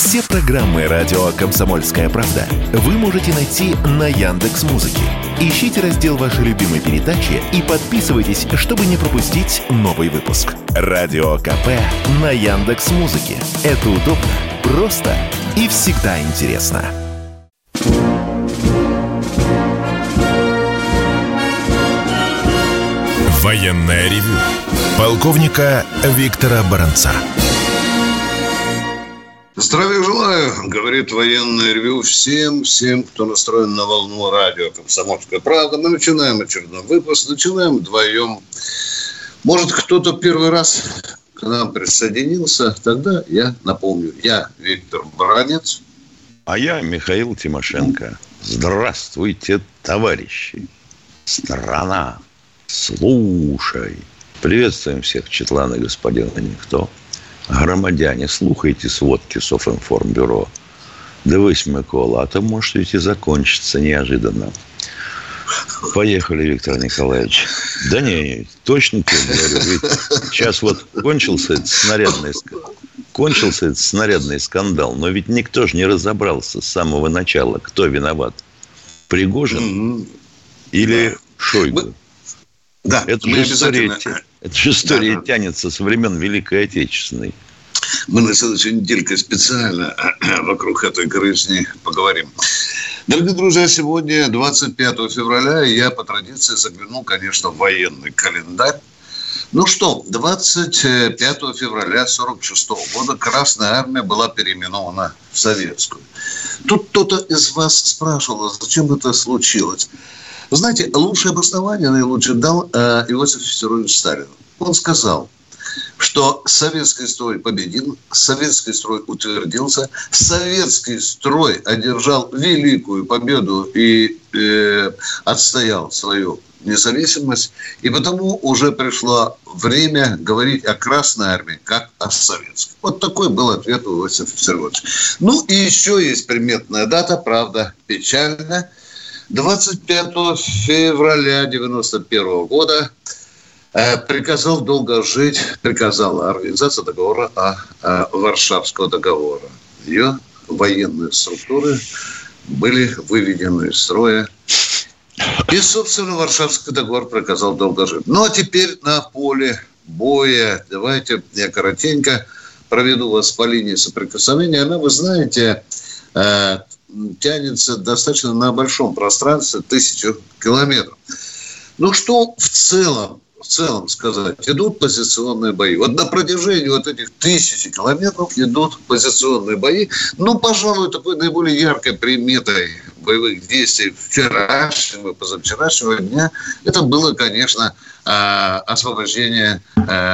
Все программы радио «Комсомольская правда» вы можете найти на Яндекс.Музыке. Ищите раздел вашей любимой передачи и подписывайтесь, чтобы не пропустить новый выпуск. Радио КП на Яндекс.Музыке. Это удобно, просто и всегда интересно. Военное ревю полковника Виктора Баранца. Здравия желаю, говорит военное ревю всем, кто настроен на волну радио «Комсомольская правда». Мы начинаем очередной выпуск, начинаем вдвоем. Может, кто-то первый раз к нам присоединился, тогда я напомню. Я Виктор Баранец. А я Михаил Тимошенко. Здравствуйте, товарищи. Страна, слушай. Приветствуем всех, Четлана, господина никто. Громадяне, слухайте сводки Софинформбюро. Дивись, Микола, а то может ведь и закончиться неожиданно. Поехали, Виктор Николаевич. Да не, точно тебе говорю. Ведь сейчас вот кончился этот снарядный скандал, но ведь никто же не разобрался с самого начала, кто виноват. Пригожин или Шойгу? Да, это же история тянется со времен Великой Отечественной. Мы на следующей недельке специально вокруг этой грызни поговорим. Дорогие друзья, сегодня 25 февраля, и я по традиции заглянул, конечно, в военный календарь. Ну что, 25 февраля 1946 года Красная Армия была переименована в Советскую. Тут кто-то из вас спрашивал, зачем это случилось. Знаете, лучшее обоснование наилучшее дал Иосиф Виссарионович Сталин. Он сказал, что советский строй победил, советский строй утвердился, советский строй одержал великую победу и отстоял свою независимость. И потому уже пришло время говорить о Красной Армии как о советской. Вот такой был ответ у Иосифа Виссарионовича. Ну и еще есть приметная дата, правда, печальная. 25 февраля 1991 года приказала Организация договора Варшавского договора. Ее военные структуры были выведены из строя. И, собственно, Варшавский договор приказал долго жить. Ну, а теперь на поле боя. Давайте я коротенько проведу вас по линии соприкосновения. Она, вы знаете, тянется достаточно на большом пространстве, 1000 километров. Ну, что в целом сказать? Идут позиционные бои. Вот на протяжении вот этих 1000 километров идут позиционные бои. Ну, пожалуй, такой наиболее яркой приметой боевых действий вчерашнего, позавчерашнего дня, это было, конечно, освобождение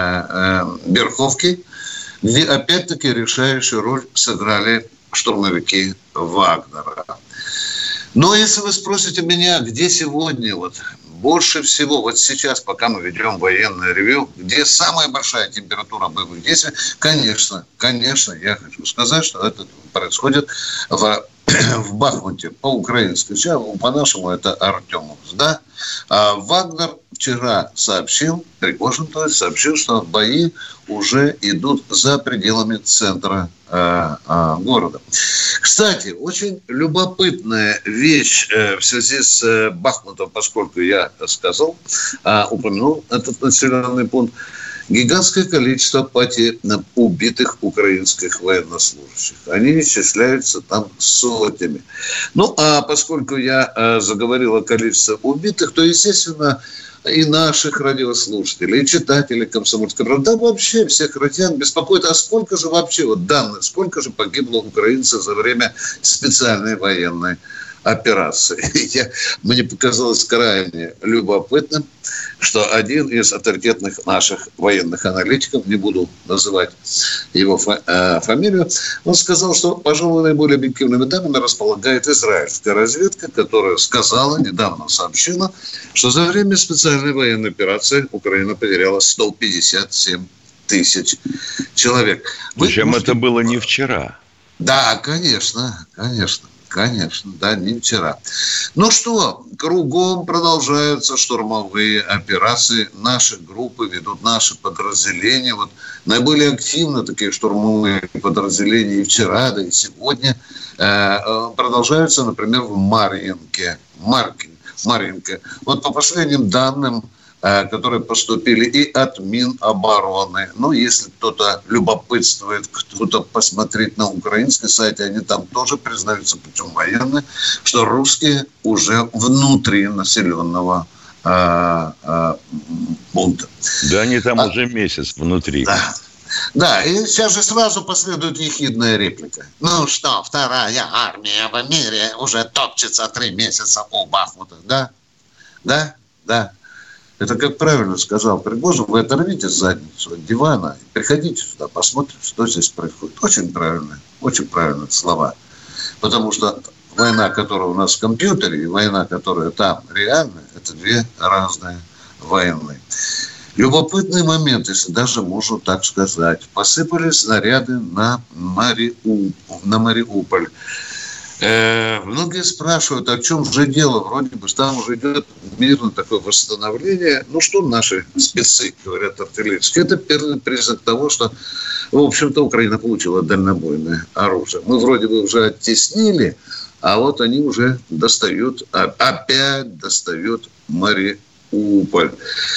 Берховки, где, опять-таки, решающую роль сыграли штурмовики Вагнера. Но если вы спросите меня, где сегодня больше всего, вот сейчас, пока мы ведем военное ревью, где самая большая температура боевых действий, конечно, я хочу сказать, что это происходит в Бахмуте, по-украински. Сейчас, по-нашему, это Артемовск, да? А Вагнер вчера сообщил, Пригожин сообщил, что бои уже идут за пределами центра города. Кстати, очень любопытная вещь в связи с Бахмутом, поскольку я упомянул этот населенный пункт. Гигантское количество потерь убитых украинских военнослужащих. Они исчисляются там сотнями. Ну, а поскольку я заговорил о количестве убитых, то, естественно, и наших радиослушателей, и читателей «Комсомольской правды», да вообще всех россиян беспокоит, а сколько же вообще, сколько же погибло украинцев за время специальной военной операции. Мне показалось крайне любопытным, что один из авторитетных наших военных аналитиков, не буду называть его фамилию, он сказал, что, пожалуй, наиболее объективными данными располагает израильская разведка, которая недавно сообщила, что за время специальной военной операции Украина потеряла 157 тысяч человек. Причем это было не вчера. Да, конечно. Конечно, да, не вчера. Ну что, кругом продолжаются штурмовые операции. Наши группы ведут наши подразделения. Вот наиболее активно такие штурмовые подразделения и вчера, да и сегодня продолжаются, например, в Марьинке. Вот по последним данным, которые поступили и от Минобороны. Ну, если кто-то любопытствует, кто-то посмотреть на украинский сайт, они там тоже признаются путем военных, что русские уже внутри населенного пункта. Да, они там уже месяц внутри. Да. Да, и сейчас же сразу последует ехидная реплика. Ну что, вторая армия в мире уже топчется 3 месяца у Бахмута. Да. Это, как правильно сказал Пригожин, вы оторвите задницу от дивана и приходите сюда, посмотрим, что здесь происходит. Очень правильные слова. Потому что война, которая у нас в компьютере, и война, которая там реальная, это 2 разные войны. Любопытный момент, если даже можно так сказать. Посыпались снаряды на Мариуполь. Многие спрашивают, о чем же дело, вроде бы там уже идет мирное такое восстановление. Ну, что наши спецы говорят артиллерийские? Это первый признак того, что, в общем-то, Украина получила дальнобойное оружие. Мы вроде бы уже оттеснили, а вот они уже опять достают Мариуполь.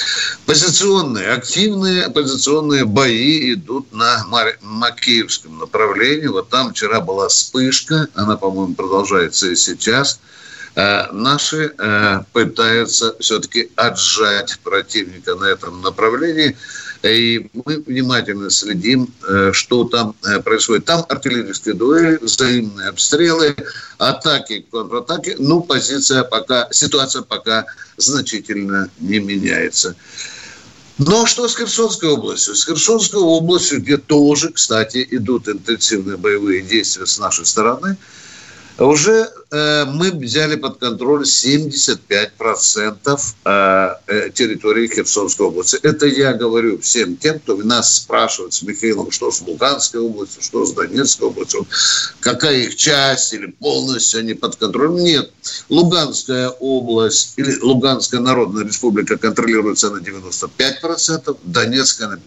Активные позиционные бои идут на Макеевском направлении. Вот там вчера была вспышка, она, по-моему, продолжается и сейчас. Наши пытаются все-таки отжать противника на этом направлении. И мы внимательно следим, что там происходит. Там артиллерийские дуэли, взаимные обстрелы, атаки, контратаки. Ну, ситуация пока значительно не меняется. Но что с Херсонской областью? С Херсонской областью, где тоже, кстати, идут интенсивные боевые действия с нашей стороны, уже мы взяли под контроль 75% территории Херсонской области. Это я говорю всем тем, кто нас спрашивает с Михаилом, что с Луганской областью, что с Донецкой областью, какая их часть или полностью они под контролем. Нет, Луганская область или Луганская Народная Республика контролируется на 95%, Донецкая на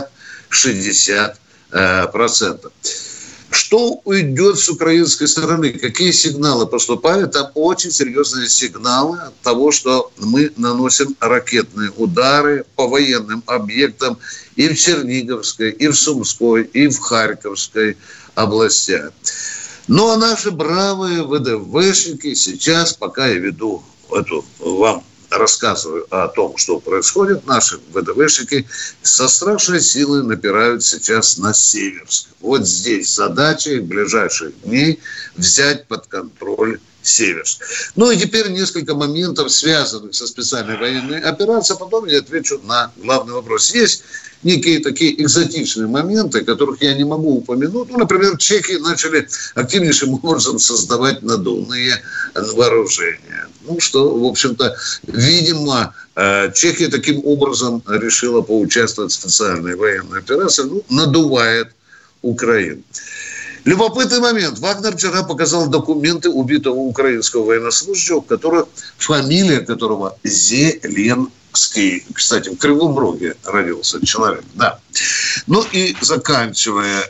50-60%. Что уйдет с украинской стороны? Какие сигналы поступают? Там очень серьезные сигналы от того, что мы наносим ракетные удары по военным объектам и в Черниговской, и в Сумской, и в Харьковской областях. Ну, а наши бравые ВДВшники сейчас, пока я веду вам рассказываю о том, что происходит, наши ВДВшники со страшной силой напирают сейчас на Северск. Вот здесь задача в ближайших дней взять под контроль Северск. Ну и теперь несколько моментов, связанных со специальной военной операцией, а потом я отвечу на главный вопрос. Есть некие такие экзотичные моменты, которых я не могу упомянуть. Ну, например, чехи начали активнейшим образом создавать надувные вооружения. Ну, что, в общем-то, видимо, Чехия таким образом решила поучаствовать в специальной военной операции, надувает Украину. Любопытный момент. Вагнер вчера показал документы убитого украинского военнослужащего, фамилия которого Зеленский. Кстати, в Кривом Роге родился человек. Да. Ну и заканчивая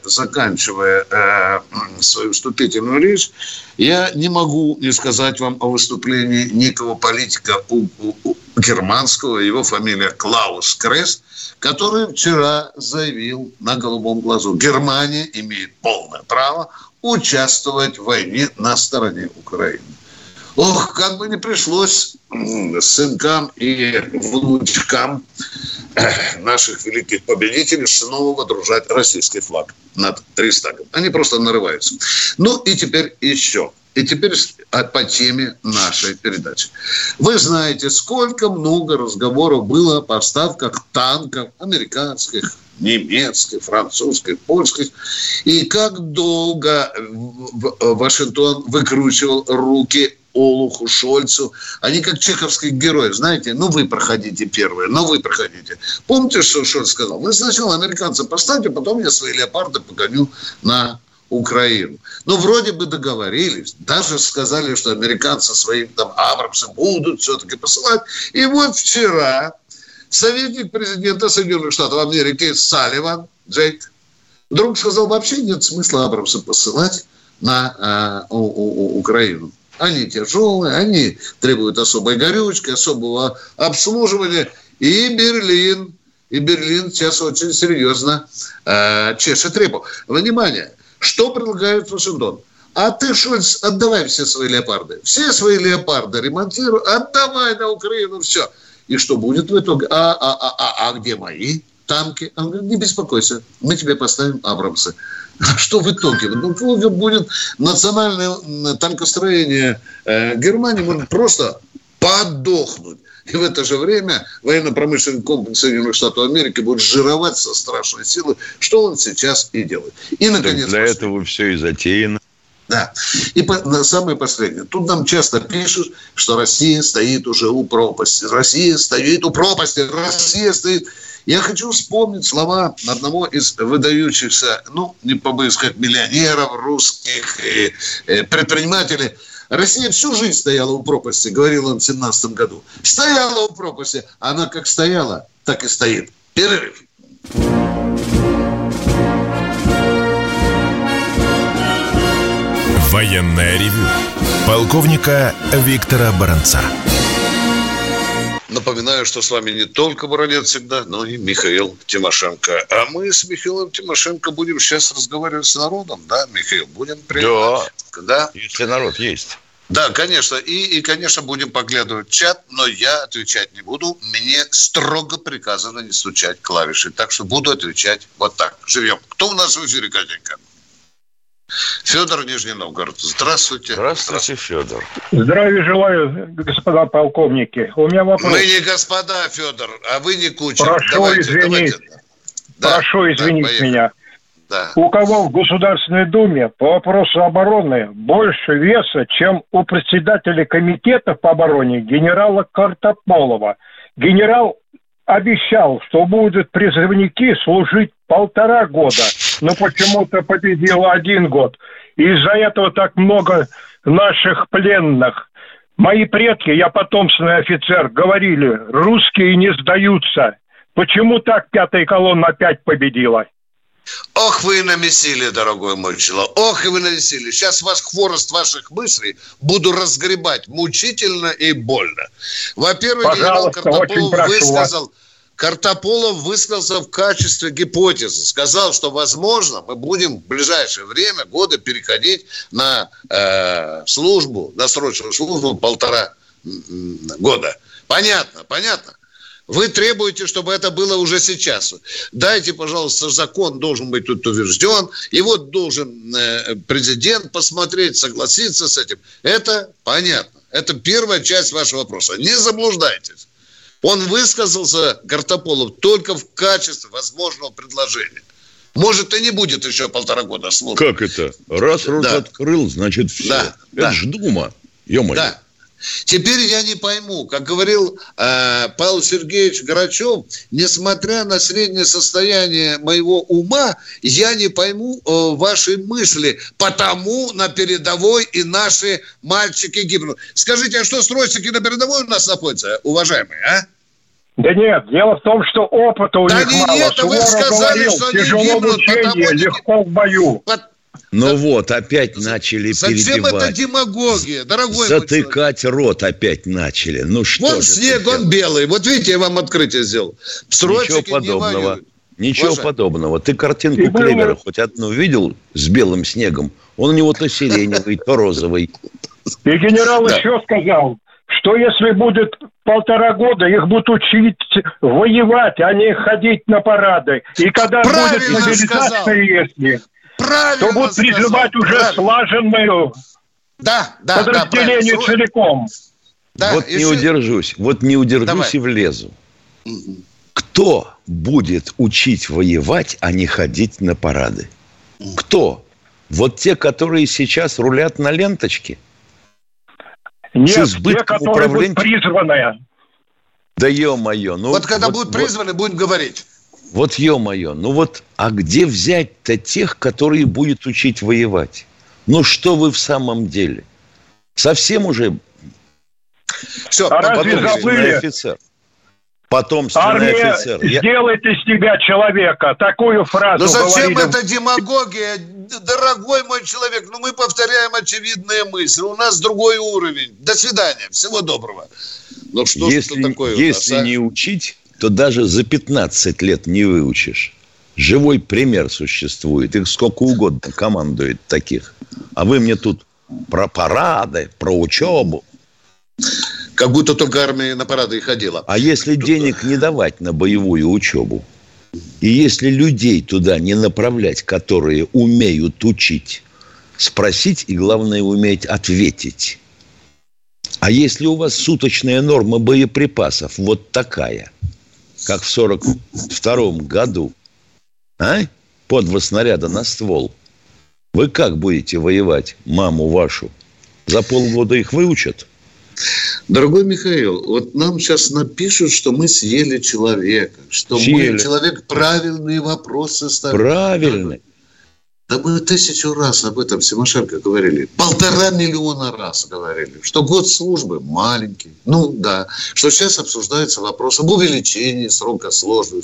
свою вступительную речь, я не могу не сказать вам о выступлении некого политика германского, его фамилия Клаус Кресс, который вчера заявил на голубом глазу: Германия имеет полное право участвовать в войне на стороне Украины. Ох, как бы не пришлось сынкам и внучкам наших великих победителей снова водружать российский флаг над Рейхстагом. Они просто нарываются. Ну и теперь еще. И теперь по теме нашей передачи. Вы знаете, сколько много разговоров было о поставках танков американских, немецких, французских, польских. И как долго Вашингтон выкручивал руки Олуху, Шольцу. Они как чеховских героев, знаете, вы проходите первые, вы проходите. Помните, что Шольц сказал? Вы сначала американцам поставьте, потом я свои леопарды погоню на Украину. Ну, вроде бы договорились. Даже сказали, что американцы своим там Абрамсы будут все-таки посылать. И вот вчера советник президента Соединенных Штатов Америки Салливан, Джейк, вдруг сказал, вообще нет смысла Абрамсы посылать на Украину. Они тяжелые, они требуют особой горючки, особого обслуживания. И Берлин сейчас очень серьезно чешет репу. Внимание! Что предлагает Вашингтон? А ты, Шольц, отдавай все свои леопарды. Все свои леопарды ремонтируй, отдавай на Украину все. И что будет в итоге? А где мои танки? Он говорит, не беспокойся, мы тебе поставим Абрамсы. Что в итоге? Ну, будет национальное танкостроение Германии может просто подохнуть. И в это же время военно-промышленный комплекс Соединенных Штатов Америки будет жировать со страшной силой, что он сейчас и делает. И, наконец, для этого все и затеяно. Да. И самое последнее. Тут нам часто пишут, что Россия стоит уже у пропасти. Россия стоит. Я хочу вспомнить слова одного из выдающихся, не побоюсь сказать, миллионеров русских предпринимателей. Россия всю жизнь стояла у пропасти, говорил он в 2017 году. Стояла у пропасти. Она как стояла, так и стоит. Перерыв. Военное ревю полковника Виктора Баранца. Напоминаю, что с вами не только Баранец всегда, но и Михаил Тимошенко. А мы с Михаилом Тимошенко будем сейчас разговаривать с народом, да, Михаил? Будем принимать? Да. Если народ есть. Да, конечно. И, конечно, будем поглядывать в чат, но я отвечать не буду. Мне строго приказано не стучать клавиши. Так что буду отвечать вот так. Живем. Кто у нас в эфире, Катенька? Федор, Нижний Новгород. Здравствуйте. Здравствуйте, Федор. Здравия желаю, господа полковники. У меня вопрос. Мы не господа, Федор, а вы не Кучер. Прошу извинить меня. Да. У кого в Государственной Думе по вопросу обороны больше веса, чем у председателя комитета по обороне генерала Картополова? Генерал обещал, что будут призывники служить 1,5 года, но почему-то победил 1 год. Из-за этого так много наших пленных. Мои предки, я потомственный офицер, говорили, русские не сдаются. Почему так 5-я колонна опять победила? Ох, вы и намесили, дорогой мой человек. Ох, и вы намесили. Сейчас вас хворост ваших мыслей буду разгребать мучительно и больно. Во-первых, генерал Картополов высказался в качестве гипотезы. Сказал, что, возможно, мы будем в ближайшее время, годы, переходить на службу, на срочную службу 1,5 года. Понятно. Вы требуете, чтобы это было уже сейчас. Дайте, пожалуйста, закон должен быть тут утвержден. Его должен президент посмотреть, согласиться с этим. Это понятно. Это первая часть вашего вопроса. Не заблуждайтесь. Он высказался, Картополов, только в качестве возможного предложения. Может, и не будет еще 1,5 года службы. Как это? Раз рот открыл, значит все. Это ж Дума. Ё-моё. Да. Теперь я не пойму, как говорил Павел Сергеевич Грачев, несмотря на среднее состояние моего ума, я не пойму ваши мысли, потому на передовой и наши мальчики гибнут. Скажите, а что стройщики на передовой у нас находятся, уважаемые, а? Да нет, дело в том, что опыта у них мало. Нет, вы сказали, говорил, что они тяжело гибнут, в учении, легко в бою. Опять начали Зачем перебивать. это демагогия, дорогой Затыкать рот опять начали. Ну что вон снег, он белый. Вот видите, я вам открытие сделал. Ничего подобного. Ничего подобного. Ты картинку Клевера хоть одну видел с белым снегом? Он у него то сиреневый, то розовый. И генерал еще сказал, что если будет 1,5 года, их будут учить воевать, а не ходить на парады. И когда будет мобилизация, если... то будут призывать уже слаженную подразделение целиком. Не удержусь и влезу. Кто будет учить воевать, а не ходить на парады? Кто? Вот те, которые сейчас рулят на ленточке? Нет, те, которые будут призваны. Да ё-моё. Вот когда будут призваны, будем говорить. Вот ё-моё, ну вот, а где взять-то тех, которые будут учить воевать? Ну что вы в самом деле? Совсем уже Все, разве забыли? офицер. Потомственный Армия офицер. сделает из тебя человека. Такую фразу Но зачем говорили. это демагогия, дорогой мой человек? Ну, мы повторяем очевидные мысли. У нас другой уровень. До свидания. Всего доброго. Ну, что такое? Если не учить, то даже за 15 лет не выучишь. Живой пример существует. Их сколько угодно командует таких. А вы мне тут про парады, про учебу. Как будто только армия на парады и ходила. А если денег не давать на боевую учебу, и если людей туда не направлять, которые умеют учить, спросить и, главное, уметь ответить. А если у вас суточная норма боеприпасов вот такая, как в 1942 году, по 2 снаряда на ствол, вы как будете воевать, маму вашу? За полгода их выучат? Дорогой Михаил, вот нам сейчас напишут, что мы съели человека, что человек правильные вопросы ставит. Правильно. Да мы 1000 раз об этом, Тимошенко, говорили. 1,5 миллиона раз говорили. Что год службы маленький. Ну, да. Что сейчас обсуждается вопрос об увеличении срока срочной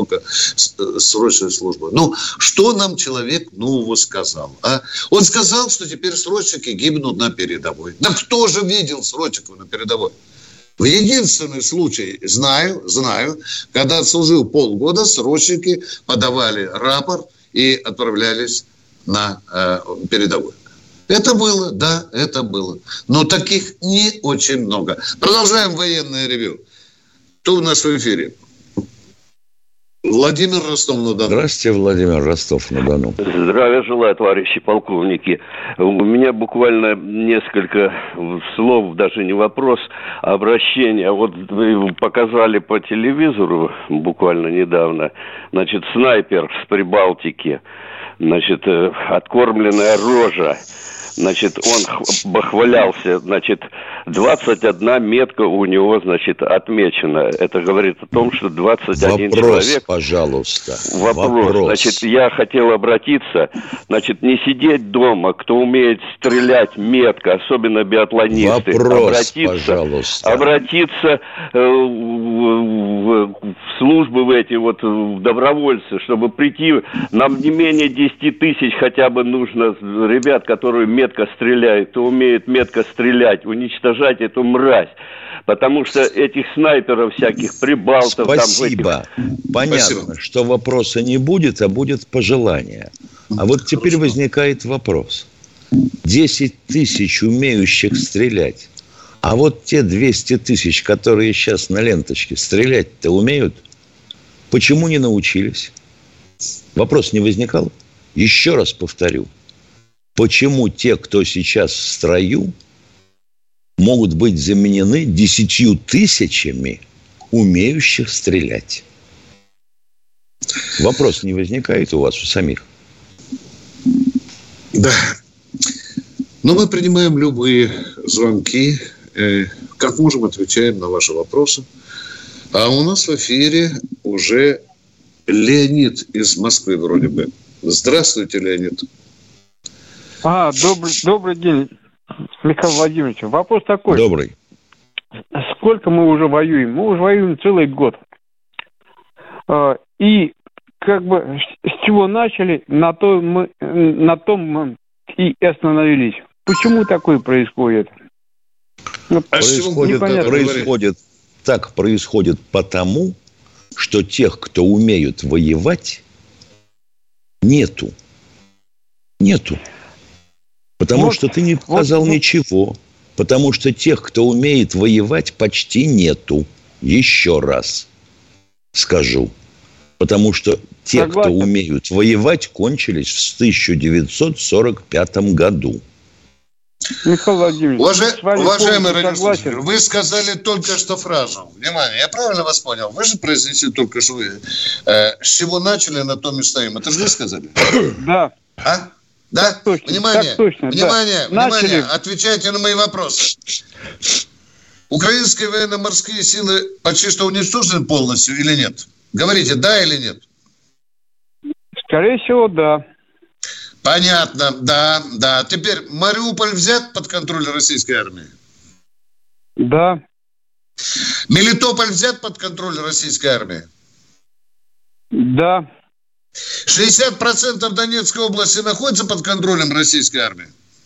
службы. Ну, что нам человек нового сказал? А? Он сказал, что теперь срочники гибнут на передовой. Да кто же видел срочников на передовой? В единственный случай знаю, когда отслужил полгода, срочники подавали рапорт и отправлялись на передовую. Это было, да, это было. Но таких не очень много. Продолжаем военное ревью. Кто у нас в эфире? Владимир, Ростов-на-Дону. Здравствуйте, Владимир, Ростов-на-Дону. Здравия желаю, товарищи полковники. У меня буквально несколько слов, даже не вопрос, а обращение. Вот вы показали по телевизору буквально недавно, значит, снайпер с Прибалтики, значит, откормленная рожа. Значит, он бахвалялся, значит, 21 метка у него, значит, отмечена. Это говорит о том, что 21 вопрос, человек... пожалуйста. Вопрос. Значит, я хотел обратиться, значит, не сидеть дома, кто умеет стрелять метко, особенно биатлонисты. Вопрос, пожалуйста. Обратиться в службы в эти вот в добровольцы, чтобы прийти, нам не менее 10 тысяч хотя бы нужно ребят, которые метко стреляют, кто умеет метко стрелять, уничтожать эту мразь. Потому что этих снайперов всяких, прибалтов... Спасибо. Там, этих... Понятно, Спасибо. что вопроса не будет, а будет пожелание. А вот теперь возникает вопрос. 10 тысяч умеющих стрелять. А вот те 200 тысяч, которые сейчас на ленточке, стрелять-то умеют? Почему не научились? Вопрос не возникал? Еще раз повторю. Почему те, кто сейчас в строю, могут быть заменены 10 тысячами умеющих стрелять? Вопрос не возникает у вас, у самих? Да. Но мы принимаем любые звонки. Как можем, отвечаем на ваши вопросы. А у нас в эфире уже Леонид из Москвы вроде бы. Здравствуйте, Леонид. Добрый день, Михаил Владимирович. Вопрос такой. Добрый. Сколько мы уже воюем? Мы уже воюем целый год. И как бы с чего начали, на том мы и остановились. Почему такое происходит? Происходит потому, что тех, кто умеют воевать, нету. Потому что ты не показал ничего. Потому что тех, кто умеет воевать, почти нету. Еще раз скажу. Потому что те, кто умеют воевать, кончились в 1945 году. Михаил Владимирович, уважаемый радиослушатель, вы сказали только что фразу. Внимание, я правильно вас понял? Вы же произнесли только что с чего начали, на том и стоим. Это же вы сказали? Да. А? Да? Так точно, Внимание, так точно, внимание, отвечайте на мои вопросы. Украинские военно-морские силы почти что уничтожены полностью или нет? Говорите, да или нет? Скорее всего, да. Понятно, да. Теперь Мариуполь взят под контроль российской армии? Да. Мелитополь взят под контроль российской армии? Да. 60% Донецкой области находится под контролем российской армии?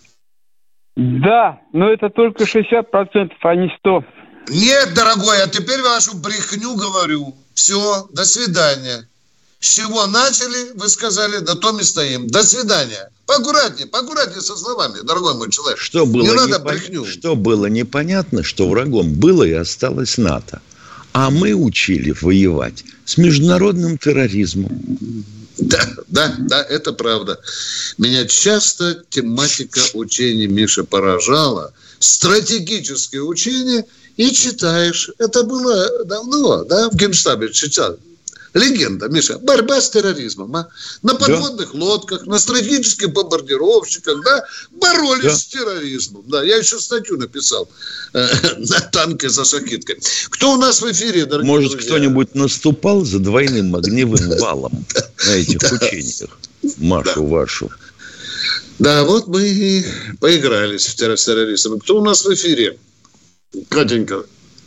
Да, но это только 60%, а не 100%. Нет, дорогой, а теперь вашу брехню говорю. Все, до свидания. С чего начали, вы сказали, на том и стоим. До свидания. Поаккуратнее со словами, дорогой мой человек. Что было не надо брехню. Что было непонятно, что врагом было и осталось НАТО. А мы учили воевать с международным терроризмом. Да, это правда. Меня часто тематика учений, Миша, поражала. Стратегические учения, и читаешь. Это было давно, да, в Генштабе читал. Легенда, Миша. Борьба с терроризмом. А? На подводных лодках, на стратегических бомбардировщиках, да, боролись с терроризмом. Да, я еще статью написал на танке за шахидкой. Кто у нас в эфире, дорогие Может, друзья? кто-нибудь наступал за двойным огневым валом на этих учениях? Машу вашу. Да, вот мы и поигрались с террористами. Кто у нас в эфире? Катенька.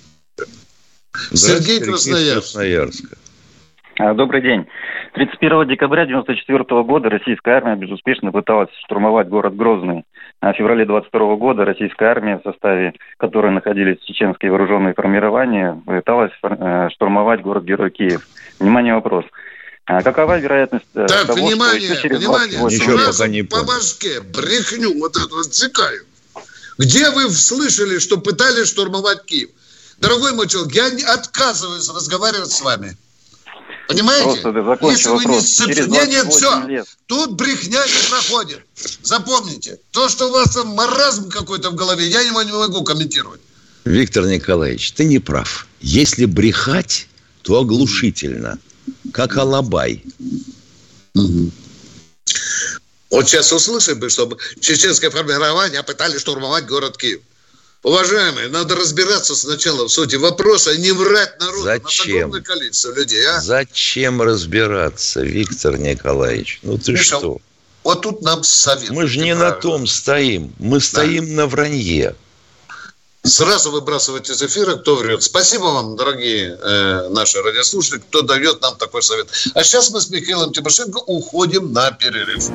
Сергей Красноярск. Добрый день. 31 декабря 1994 года российская армия безуспешно пыталась штурмовать город Грозный. А в феврале 1922 года российская армия, в составе которой находились чеченские вооруженные формирования, пыталась штурмовать город-герой Киев. Внимание, вопрос. Какова вероятность того, внимание, что через Ничего пока не по башке, брехню вот эту вот цикаю. Где вы слышали, что пытались штурмовать Киев? Дорогой мой человек, я отказываюсь разговаривать с вами. Понимаете? Если вы не сцепите... Нет, все. Тут брехня не проходит. Запомните. То, что у вас там маразм какой-то в голове, я его не могу комментировать. Виктор Николаевич, ты не прав. Если брехать, то оглушительно. Как алабай. Угу. Вот сейчас услышали, чтобы чеченское формирование пытались штурмовать город Киев. Уважаемые, надо разбираться сначала в сути вопроса, а не врать народу. Зачем? На огромное количество людей, а? Зачем разбираться, Виктор Николаевич? Ну ты Миша, что? Вот тут нам совет. Мы же не на том стоим. Мы стоим на вранье. Сразу выбрасывать из эфира, кто врет. Спасибо вам, дорогие наши радиослушатели, кто дает нам такой совет. А сейчас мы с Михаилом Тимошенко уходим на перерыв.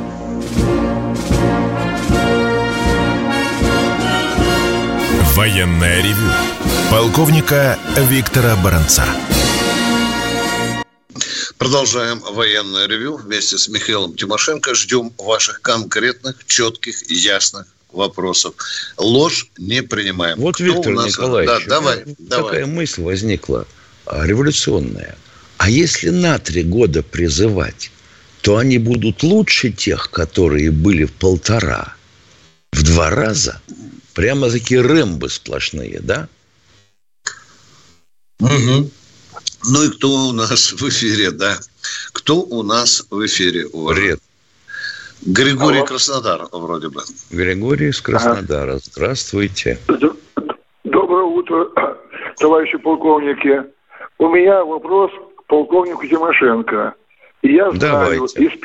Военное ревю полковника Виктора Баранца. Продолжаем военное ревю вместе с Михаилом Тимошенко. Ждем ваших конкретных, четких, ясных вопросов. Ложь не принимаем. Вот, кто Виктор Николаевич, давай. Такая мысль возникла революционная. А если на 3 года призывать, то они будут лучше тех, которые были в 1,5, в 2 раза. Прямо такие Рэмбо сплошные, да? Угу. Ну и кто у нас в эфире, да? Кто у нас в эфире? Привет. Григорий. Алло. Краснодар, вроде бы. Григорий из Краснодара. Здравствуйте. Доброе утро, товарищи полковники. У меня вопрос к полковнику Тимошенко. Я знаю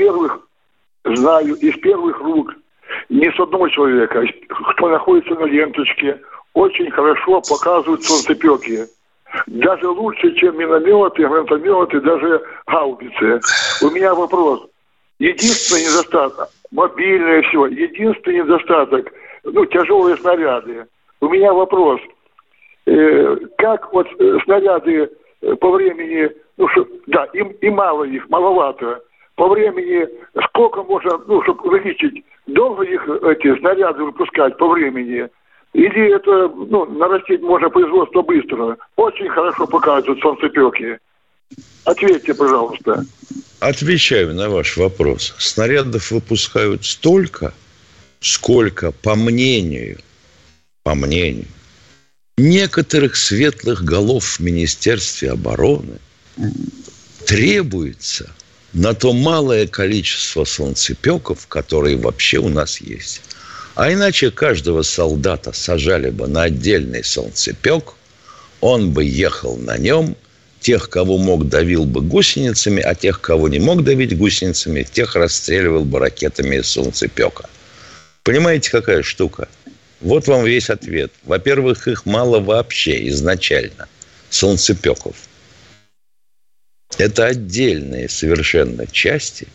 из первых рук, не с одного человека, кто находится на ленточке, очень хорошо показывают солнцепеки. Даже лучше, чем минометы, гранатометы, даже гаубицы. У меня вопрос. Единственный недостаток, мобильное все, единственный недостаток, тяжелые снаряды. У меня вопрос. Как вот снаряды по времени, и мало их, маловато. По времени, сколько можно, чтобы увеличить, долго их, эти снаряды выпускать по времени? Или это, нарастить можно производство быстро? Очень хорошо показывают солнцепеки. Ответьте, пожалуйста. Отвечаю на ваш вопрос. Снарядов выпускают столько, сколько, по мнению некоторых светлых голов в Министерстве обороны, требуется на то малое количество солнцепеков, которые вообще у нас есть. А иначе каждого солдата сажали бы на отдельный солнцепек, он бы ехал на нем, Тех, кого мог, давил бы гусеницами, а тех, кого не мог давить гусеницами, тех расстреливал бы ракетами из солнцепека. Понимаете, какая штука? Вот вам весь ответ. Во-первых, их мало вообще изначально, солнцепеков. Это отдельные совершенно части.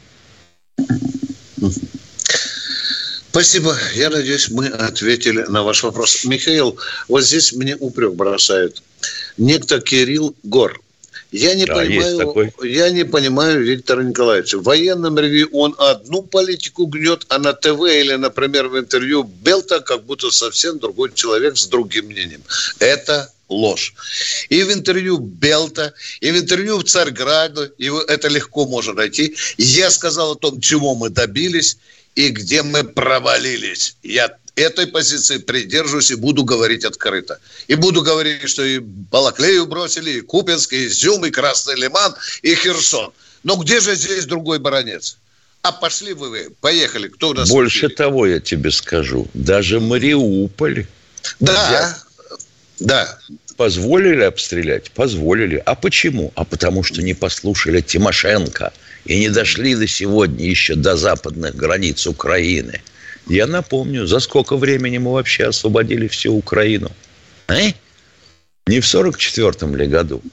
Спасибо. Я надеюсь, мы ответили на ваш вопрос. Михаил, вот здесь мне упрек бросают. Некто Кирилл Гор. Я не понимаю Виктора Николаевича. В военном ревью он одну политику гнет, а на ТВ или, например, в интервью Белта как будто совсем другой человек с другим мнением. Это ложь. И в интервью Белта, и в интервью в Царьграде, и это легко можно найти. Я сказал о том, чего мы добились и где мы провалились. Я этой позиции придерживаюсь и буду говорить открыто. И буду говорить, что и Балаклею бросили, и Купянск, и Изюм, и Красный Лиман, и Херсон. Но где же здесь другой баронец? А пошли вы, поехали. Кто у нас? Больше того я тебе скажу. Даже Мариуполь. Да. Позволили обстрелять? Позволили. А почему? А потому что не послушали Тимошенко и не дошли до сегодня еще до западных границ Украины. Я напомню, за сколько времени мы вообще освободили всю Украину? Не в 44-м ли году?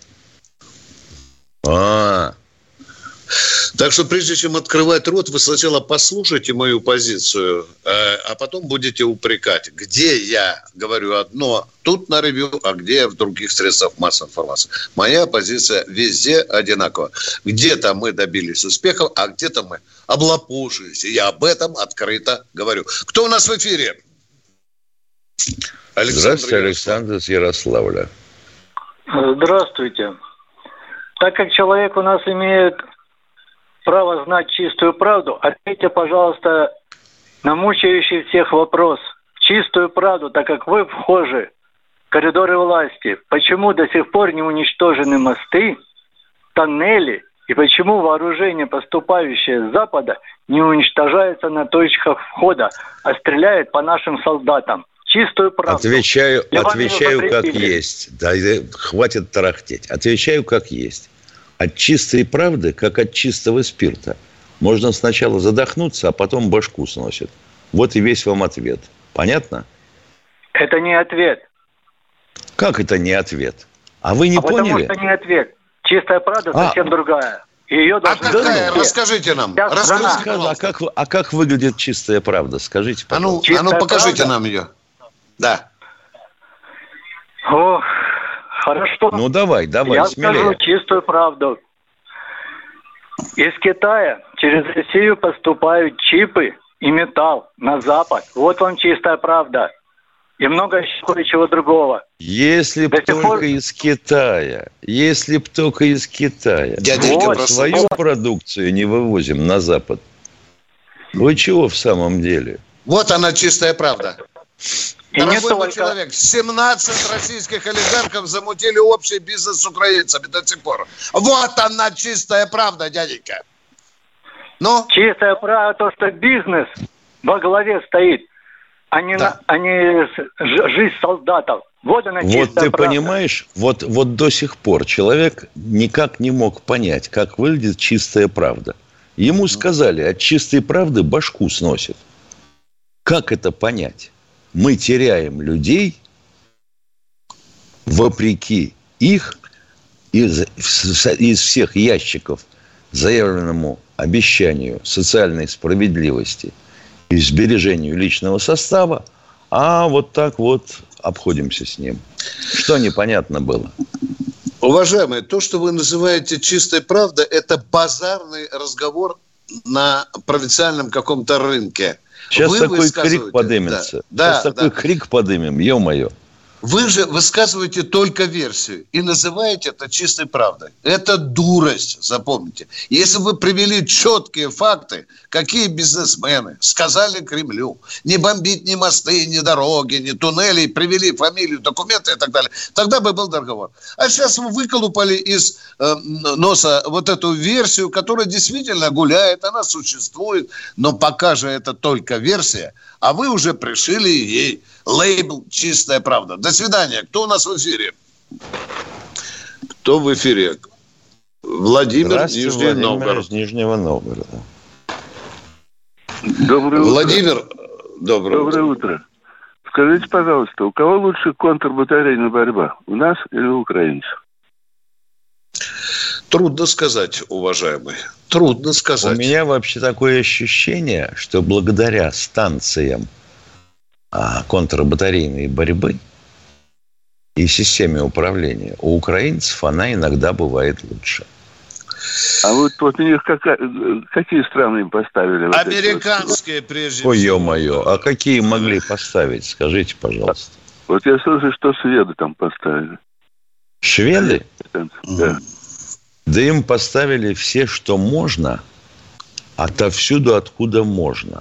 Так что прежде чем открывать рот, вы сначала послушайте мою позицию, а потом будете упрекать, где я говорю одно тут на ревью, а где в других средствах массовой информации. Моя позиция везде одинакова. Где-то мы добились успехов, а где-то мы облапошились. И я об этом открыто говорю. Кто у нас в эфире? Здравствуйте, Александр из Ярославля. Здравствуйте. Так как человек у нас имеет право знать чистую правду, ответьте, пожалуйста, на мучающий всех вопрос. Чистую правду, так как вы вхожи в коридоры власти. Почему до сих пор не уничтожены мосты, тоннели, и почему вооружение, поступающее с Запада, не уничтожается на точках входа, а стреляет по нашим солдатам? Чистую правду. Отвечаю как есть. Да, хватит тарахтеть. Отвечаю как есть. От чистой правды, как от чистого спирта. Можно сначала задохнуться, а потом башку сносит. Вот и весь вам ответ. Понятно? Это не ответ. Как это не ответ? А вы не поняли? Потому что не ответ. Чистая правда совсем другая. Ее какая? Расскажите нам. А как выглядит чистая правда? Скажите, пожалуйста. А ну покажите нам ее. Да. Ох, хорошо. Ну давай, я смелее. Скажу чистую правду. Из Китая через Россию поступают чипы и металл на Запад. Вот вам чистая правда. И много кое-чего другого. Если б только из Китая. Дяденька, свою продукцию не вывозим на Запад. Вы чего в самом деле? Вот она чистая правда. И дорогой мой человек, 17 российских олигархов замутили общий бизнес с украинцами до сих пор. Вот она чистая правда, дяденька. Ну? Чистая правда, то, что бизнес во главе стоит, а не жизнь солдатов. Вот она чистая правда. Вот ты понимаешь, вот до сих пор человек никак не мог понять, как выглядит чистая правда. Ему сказали, от чистой правды башку сносит. Как это понять? Мы теряем людей вопреки их из всех ящиков заявленному обещанию социальной справедливости и сбережению личного состава, а вот так вот обходимся с ним. Что непонятно было? Уважаемые, то, что вы называете чистой правдой, это базарный разговор на провинциальном каком-то рынке. Сейчас такой крик подымется. Сейчас такой крик подымем, ё-моё. Вы же высказываете только версию и называете это чистой правдой. Это дурость, запомните. Если вы привели четкие факты, какие бизнесмены сказали Кремлю не бомбить ни мосты, ни дороги, ни туннели, привели фамилию, документы и так далее, тогда бы был договор. А сейчас вы выколупали из носа вот эту версию, которая действительно гуляет, она существует, но пока же это только версия, а вы уже пришили ей лейбл «Чистая правда». До свидания. Кто у нас в эфире? Кто в эфире? Владимир, Нижний Новгород. Из Нижнего Новгорода. Доброе утро. Владимир, доброе утро. Скажите, пожалуйста, у кого лучше контрбатарейная борьба? У нас или у украинцев? Трудно сказать, уважаемый. Трудно сказать. У меня вообще такое ощущение, что благодаря станциям контрбатарейной борьбы и системе управления у украинцев она иногда бывает лучше. А вот у них какие страны им поставили? Американские, прежде всего. Ой, ё-моё, а какие могли поставить? Скажите, пожалуйста. Вот я слышу, что шведы там поставили. Шведы? Да. Да им поставили все, что можно, отовсюду, откуда можно.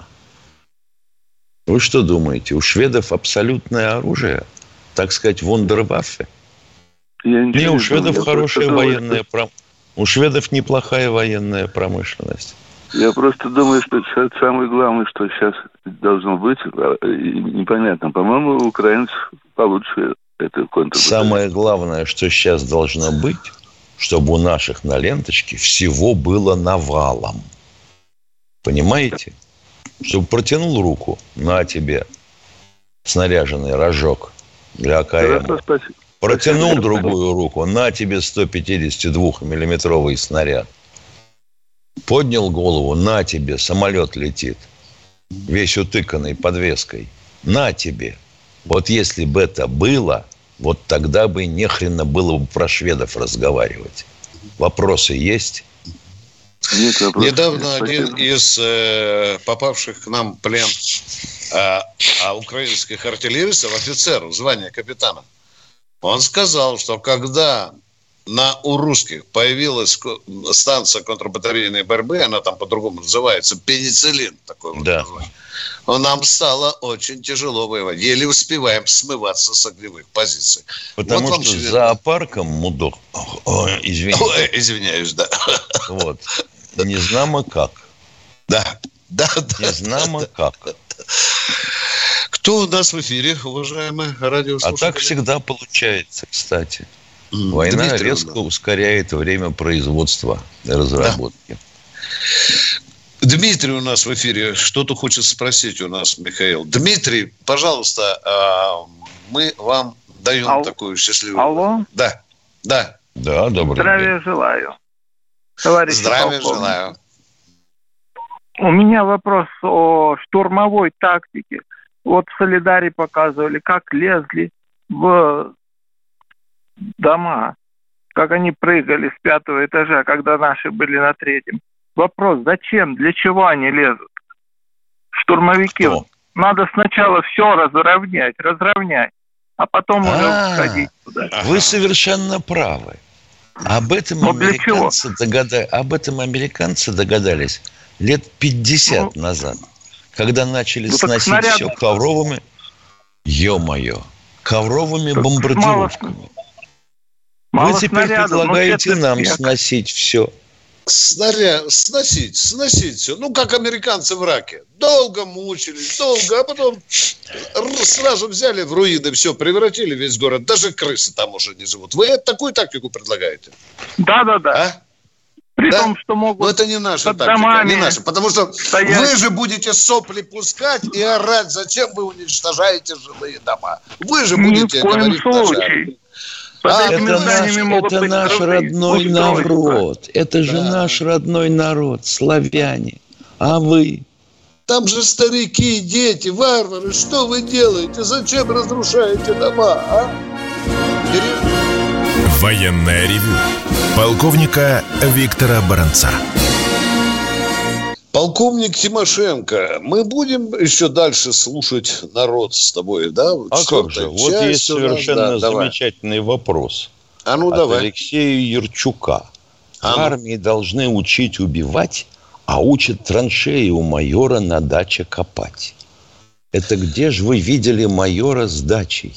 Вы что думаете, у шведов абсолютное оружие? Так сказать, вундерваффе? Не, у шведов хорошая военная промышленность. У шведов неплохая военная промышленность. Я просто думаю, что это самое главное, что сейчас должно быть, непонятно. По-моему, у украинцев получше это контрбатарейное. Самое главное, что сейчас должно быть, чтобы у наших на ленточке всего было навалом. Понимаете? Чтобы протянул руку, на тебе снаряженный рожок для АКМ. Протянул другую руку, на тебе 152-миллиметровый снаряд. Поднял голову, на тебе самолет летит, весь утыканный подвеской. На тебе. Вот если бы это было, вот тогда бы нехрена было бы про шведов разговаривать. Вопросы есть? Нет вопросов. Недавно один из попавших к нам в плен украинских артиллеристов, офицер, звание капитана, он сказал, что когда у русских появилась станция контрбатарейной борьбы, она там по-другому называется, пенициллин, такой вот название, нам стало очень тяжело воевать. Еле успеваем смываться с огневых позиций. Потому вот что зоопарком мудок... извиняюсь, да. Вот. Не знамо как. Да. Не знамо как. Кто у нас в эфире, уважаемые радиослушатели? А так всегда получается, кстати. Война Дмитрий, резко ускоряет время производства и разработки. Да. Дмитрий у нас в эфире. Что-то хочет спросить у нас Михаил. Дмитрий, пожалуйста, мы вам даем такую счастливую... Алло? Да, добрый Здравия день. желаю. Товарищ Здравия полковник. желаю. У меня вопрос о штурмовой тактике. Вот в Солидаре показывали, как лезли в дома, как они прыгали с 5-го этажа, когда наши были на 3-м. Вопрос, зачем, для чего они лезут? Штурмовики. Кто? Надо сначала все разровнять, а потом уже входить туда. Вы совершенно правы. Об этом американцы догадались лет 50 назад, когда начали сносить все ковровыми, ковровыми бомбардировками. Вы теперь предлагаете нам сносить все. Сносить все. Ну, как американцы в Ираке. Долго мучились, а потом сразу взяли в руины все, превратили весь город. Даже крысы там уже не живут. Вы такую тактику предлагаете? Да. При том, что могут... Но это не наша тактика, не наша. Потому что вы же будете сопли пускать и орать, зачем вы уничтожаете жилые дома. Вы же будете говорить пожар. Это наш родной народ. Это же наш родной народ, славяне. А вы? Там же старики, дети, варвары. Что вы делаете? Зачем разрушаете дома, Военное ревю полковника Виктора Баранца. Полковник Тимошенко, мы будем еще дальше слушать народ с тобой, да? Как же? Вот есть совершенно замечательный вопрос от Алексея Ярчука. В армии должны учить убивать, а учат траншеи у майора на даче копать. Это где же вы видели майора с дачей?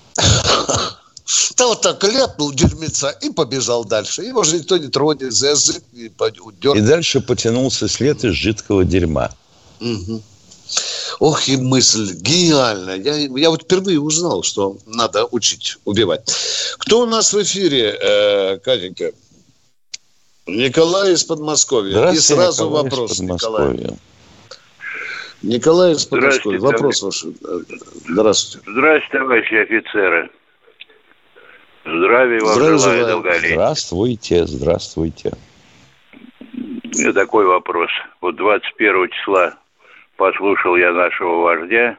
Вот так ляпнул дерьмеца и побежал дальше. Его же никто не тронет за язык. И дальше потянулся след из жидкого дерьма. Угу. Ох, и мысль гениальная. Я вот впервые узнал, что надо учить убивать. Кто у нас в эфире, Катенька? Николай из Подмосковья. И сразу Николай вопрос, Николай. Николай из Подмосковья. Вопрос ваш. Здравствуйте. Здравствуйте, товарищи офицеры. Здравия вам желаю, долголетия. Здравствуйте. У меня такой вопрос. Вот 21 числа послушал я нашего вождя.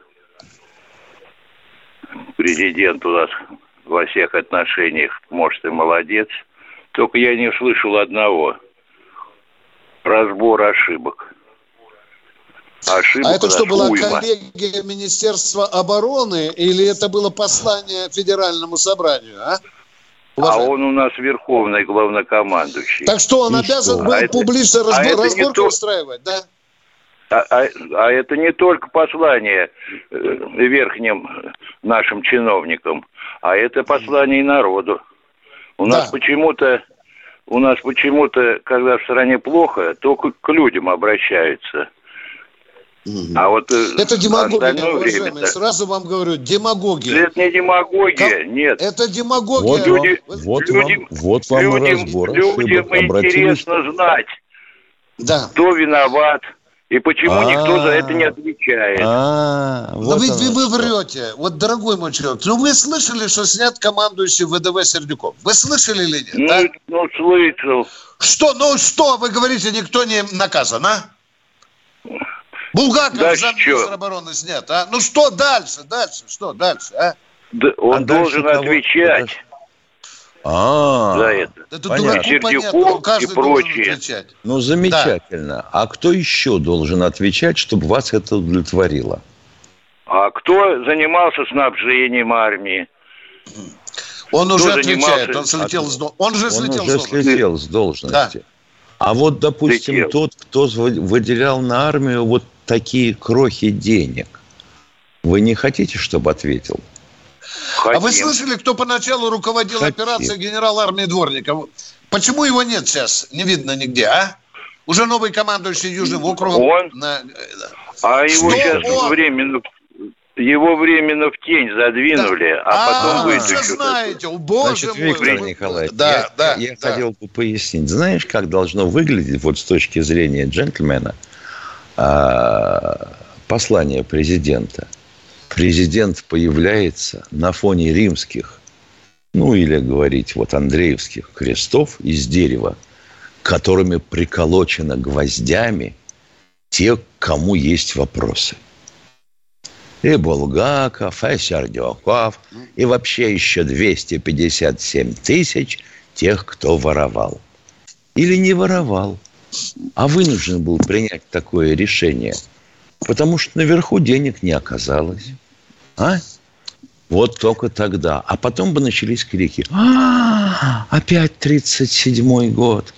Президент у нас во всех отношениях, может, и молодец. Только я не услышал одного. Разбор ошибок. А это что, была коллегия Министерства обороны или это было послание Федеральному собранию, а? А он у нас верховный главнокомандующий. Так что, он обязан был публично разборку устраивать, да? А это не только послание верхним нашим чиновникам, а это послание и народу. У нас почему-то, когда в стране плохо, только к людям обращаются. А вот это демагогия, уважаемые. Сразу вам говорю, демагогия. Это не демагогия, нет. Это демагогия. Вот вам разбор ошибок. Людям интересно знать, кто виноват и почему никто за это не отвечает. Но ведь вы врете. Вот, дорогой мой человек, вы слышали, что снят командующий ВДВ Сердюков? Вы слышали или нет? Слышал. Что? Вы говорите, никто не наказан, а? Булгаков, замминистра обороны, снят, а? Ну что дальше, что дальше, а? Он должен отвечать за это. Это дураку понятно, каждый должен отвечать. Ну, замечательно. Да. А кто еще должен отвечать, чтобы вас это удовлетворило? А кто занимался снабжением армии? Он уже отвечает, он слетел с должности. Да. А вот, допустим, тот, кто выделял на армию вот такие крохи денег, вы не хотите, чтобы ответил? Хотим. А вы слышали, кто поначалу руководил операцией генерал армии Дворников? Почему его нет сейчас? Не видно нигде, а? Уже новый командующий Южным округом. А его сейчас временно в тень задвинули, потом вытащили. Знаете, боже мой. Виктор Николаевич, я хотел бы пояснить. Знаешь, как должно выглядеть вот с точки зрения джентльмена послание президента? Президент появляется на фоне римских, или говорить андреевских крестов из дерева, которыми приколочено гвоздями те, кому есть вопросы. И Булгаков, и Сердюков, и вообще еще 257 тысяч тех, кто воровал. Или не воровал, а вынужден был принять такое решение, потому что наверху денег не оказалось. Вот только тогда. А потом бы начались крики. Опять 37-й год.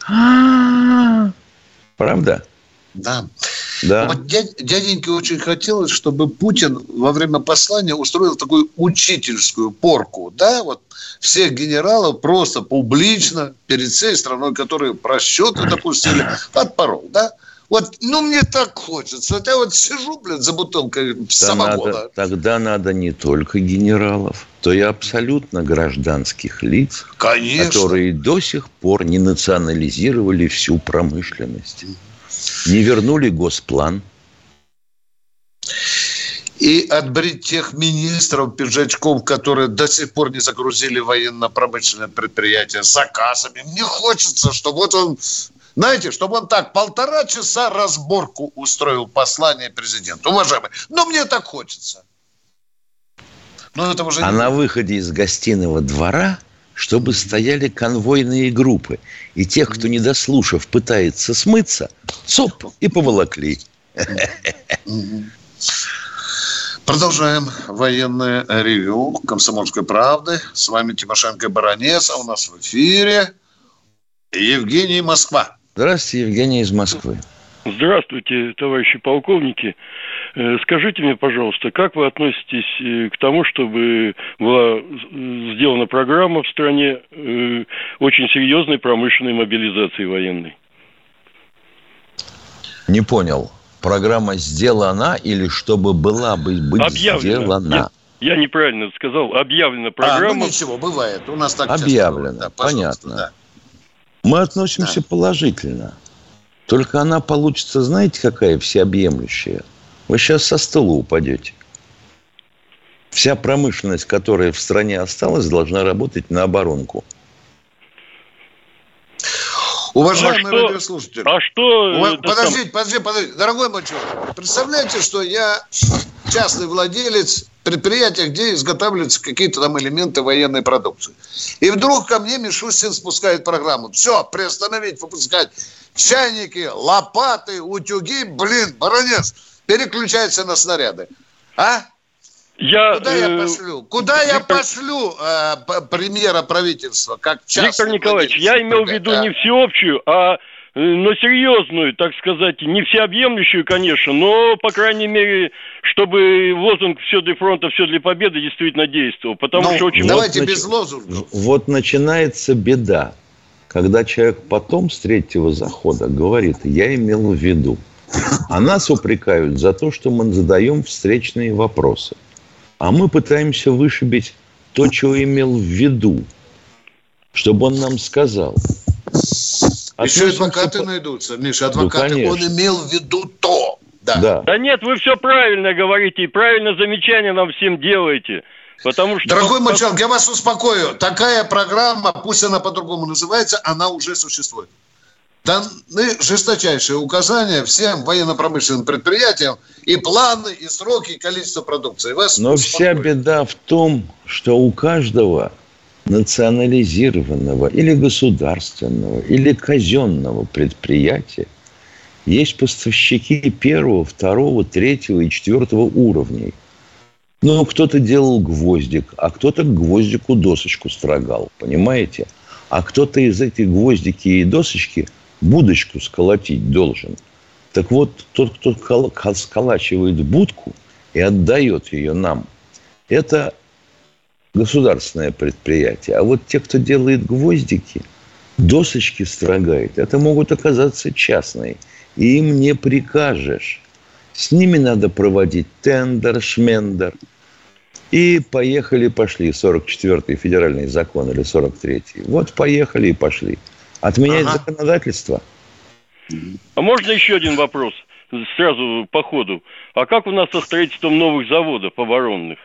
Правда? Да. Вот дяденьке очень хотелось, чтобы Путин во время послания устроил такую учительскую порку, всех генералов просто публично перед всей страной, которые просчеты допустили, отпорол, мне так хочется. Я сижу, за бутылкой самогона. Тогда надо не только генералов, то и абсолютно гражданских лиц, конечно, которые до сих пор не национализировали всю промышленность. Не вернули госплан. И отбрить тех министров, пиджачков, которые до сих пор не загрузили военно-промышленное предприятие заказами. Мне хочется, чтобы он, чтобы он так 1,5 часа разборку устроил послание президенту. Уважаемый, мне так хочется. Это уже на выходе из гостиного двора, чтобы стояли конвойные группы. И тех, кто, не дослушав, пытается смыться, и поволокли. Продолжаем военное ревью «Комсомольской правды». С вами Тимошенко и Баранец. А у нас в эфире Евгений, Москва. Здравствуйте, Евгений из Москвы. Здравствуйте, товарищи полковники. Скажите мне, пожалуйста, как вы относитесь к тому, чтобы была сделана программа в стране очень серьезной промышленной мобилизации военной? Не понял. программа сделана или чтобы была быть сделана? Нет, я неправильно сказал. Объявлена программа. Ну ничего, бывает. У нас так объявлено, да, понятно. Да. Мы относимся положительно. Только она получится, знаете, какая всеобъемлющая? Вы сейчас со стула упадете. Вся промышленность, которая в стране осталась, должна работать на оборонку. Уважаемые радиослушатели. Подождите. Дорогой мой человек, представляете, что я частный владелец предприятия, где изготавливаются какие-то там элементы военной продукции. И вдруг ко мне Мишустин спускает программу. Все, приостановить, выпускать чайники, лопаты, утюги. Баронец, переключается на снаряды. Куда я пошлю премьера правительства? Как Виктор Николаевич, я имел в виду не всеобщую, но серьезную, так сказать, не всеобъемлющую, конечно, но, по крайней мере, чтобы лозунг «Все для фронта, все для победы» действительно действовал. Потому что очень давайте без лозунгов. Вот начинается беда, когда человек потом с третьего захода говорит: я имел в виду. А нас упрекают за то, что мы задаем встречные вопросы. А мы пытаемся вышибить то, что имел в виду, чтобы он нам сказал. Еще адвокаты найдутся, Миша, адвокаты. Он имел в виду то. Да нет, вы все правильно говорите и правильно замечания нам всем делаете. Потому что... Дорогой мой человек, я вас успокою. Такая программа, пусть она по-другому называется, она уже существует. Даны жесточайшие указания всем военно-промышленным предприятиям и планы, и сроки, и количество продукции. Но вся беда в том, что у каждого национализированного или государственного, или казенного предприятия есть поставщики 1, 2, 3 и 4 уровней. Ну, кто-то делал гвоздик, а кто-то к гвоздику досочку строгал, понимаете? А кто-то из этих гвоздики и досочки будочку сколотить должен. Так вот, тот, кто сколачивает будку и отдает ее нам, это государственное предприятие. А вот те, кто делает гвоздики, досочки строгает, это могут оказаться частные. И им не прикажешь. С ними надо проводить тендер, шмендер. И пошли. 44-й федеральный закон или 43-й. Вот поехали и пошли. Отменять законодательство. А можно еще один вопрос? Сразу по ходу. А как у нас со строительством новых заводов оборонных?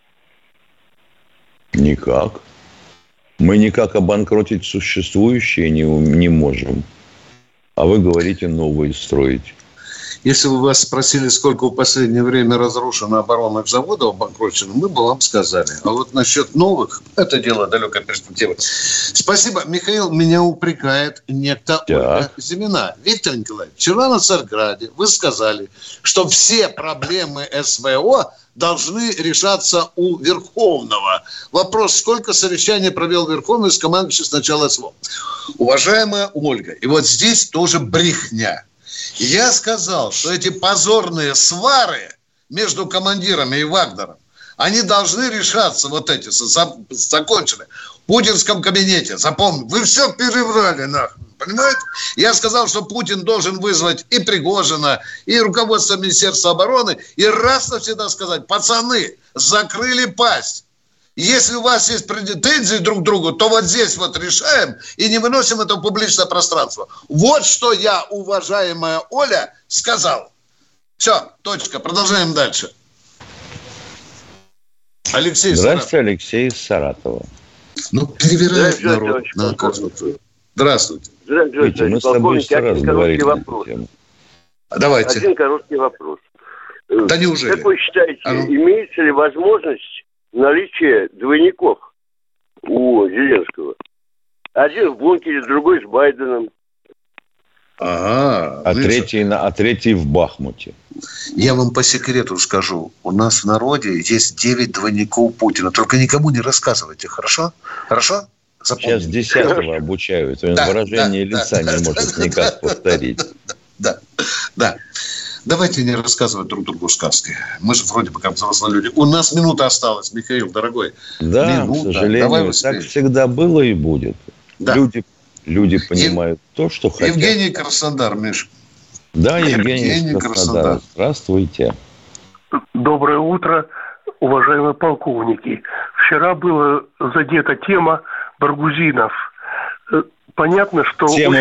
Никак. Мы никак обанкротить существующие не можем. А вы говорите новые строить. Если бы вас спросили, сколько в последнее время разрушено оборонных заводов, обанкрочено, мы бы вам сказали. А вот насчет новых, это дело далекой перспективы. Спасибо. Михаил, меня упрекает некто Ольга Зимина. Виктор Николаевич, вчера на Царьграде вы сказали, что все проблемы СВО должны решаться у Верховного. Вопрос, сколько совещаний провел Верховный с командующим с начала СВО? Уважаемая Ольга, и вот здесь тоже брехня. Я сказал, что эти позорные свары между командирами и Вагнером, они должны решаться, вот эти, закончены, в путинском кабинете. Запомни, вы все переврали, нахуй. Понимаете? Я сказал, что Путин должен вызвать и Пригожина, и руководство Министерства обороны, и раз навсегда сказать: пацаны, закрыли пасть. Если у вас есть претензии друг к другу, то вот здесь вот решаем и не выносим это в публичное пространство. Вот что я, уважаемая Оля, сказал. Все, точка. Продолжаем дальше. Алексей из Здравствуйте, Саратова. Алексей из Саратова. Ну, перевирает народ на каждую. Здравствуйте. Здравствуйте. Мы с тобой 100 раз говорили на эту тему. Давайте. Один короткий вопрос. Да неужели? Как вы считаете, имеется ли возможность наличия двойников у Зеленского? Один в бункере, другой с Байденом. А третий в Бахмуте. Я вам по секрету скажу. У нас в народе есть 9 двойников Путина. Только никому не рассказывайте, хорошо? Хорошо? Запомните. Сейчас 10-го обучают. Он выражение лица не может никак повторить. Да. Давайте не рассказывать друг другу сказки. Мы же вроде бы как взрослые люди. У нас минута осталась, Михаил, дорогой. Да, к сожалению, так всегда было и будет. Да. Люди понимают то, что хотят. Евгений Краснодар, Миша. Да, Евгений Краснодар. Здравствуйте. Доброе утро, уважаемые полковники. Вчера была задета тема Баргузинов. Понятно, что... Тема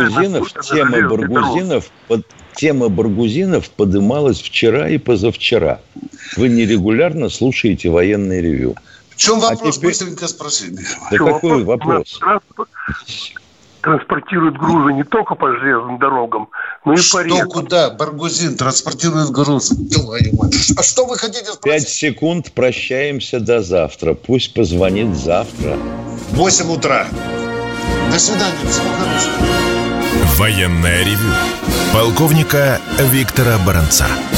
Баргузинов подымалась вчера и позавчера. Вы нерегулярно слушаете военное ревю. В чем вопрос? Быстренько спроси. Да какой вопрос? Транспортируют грузы не только по железным дорогам, но и по рекам. Что куда? Баргузин транспортирует грузы. А что вы хотите спросить? 5 секунд, прощаемся до завтра. Пусть позвонит завтра. 8 утра. До свидания, всего хорошего. Военное ревю полковника Виктора Баранца.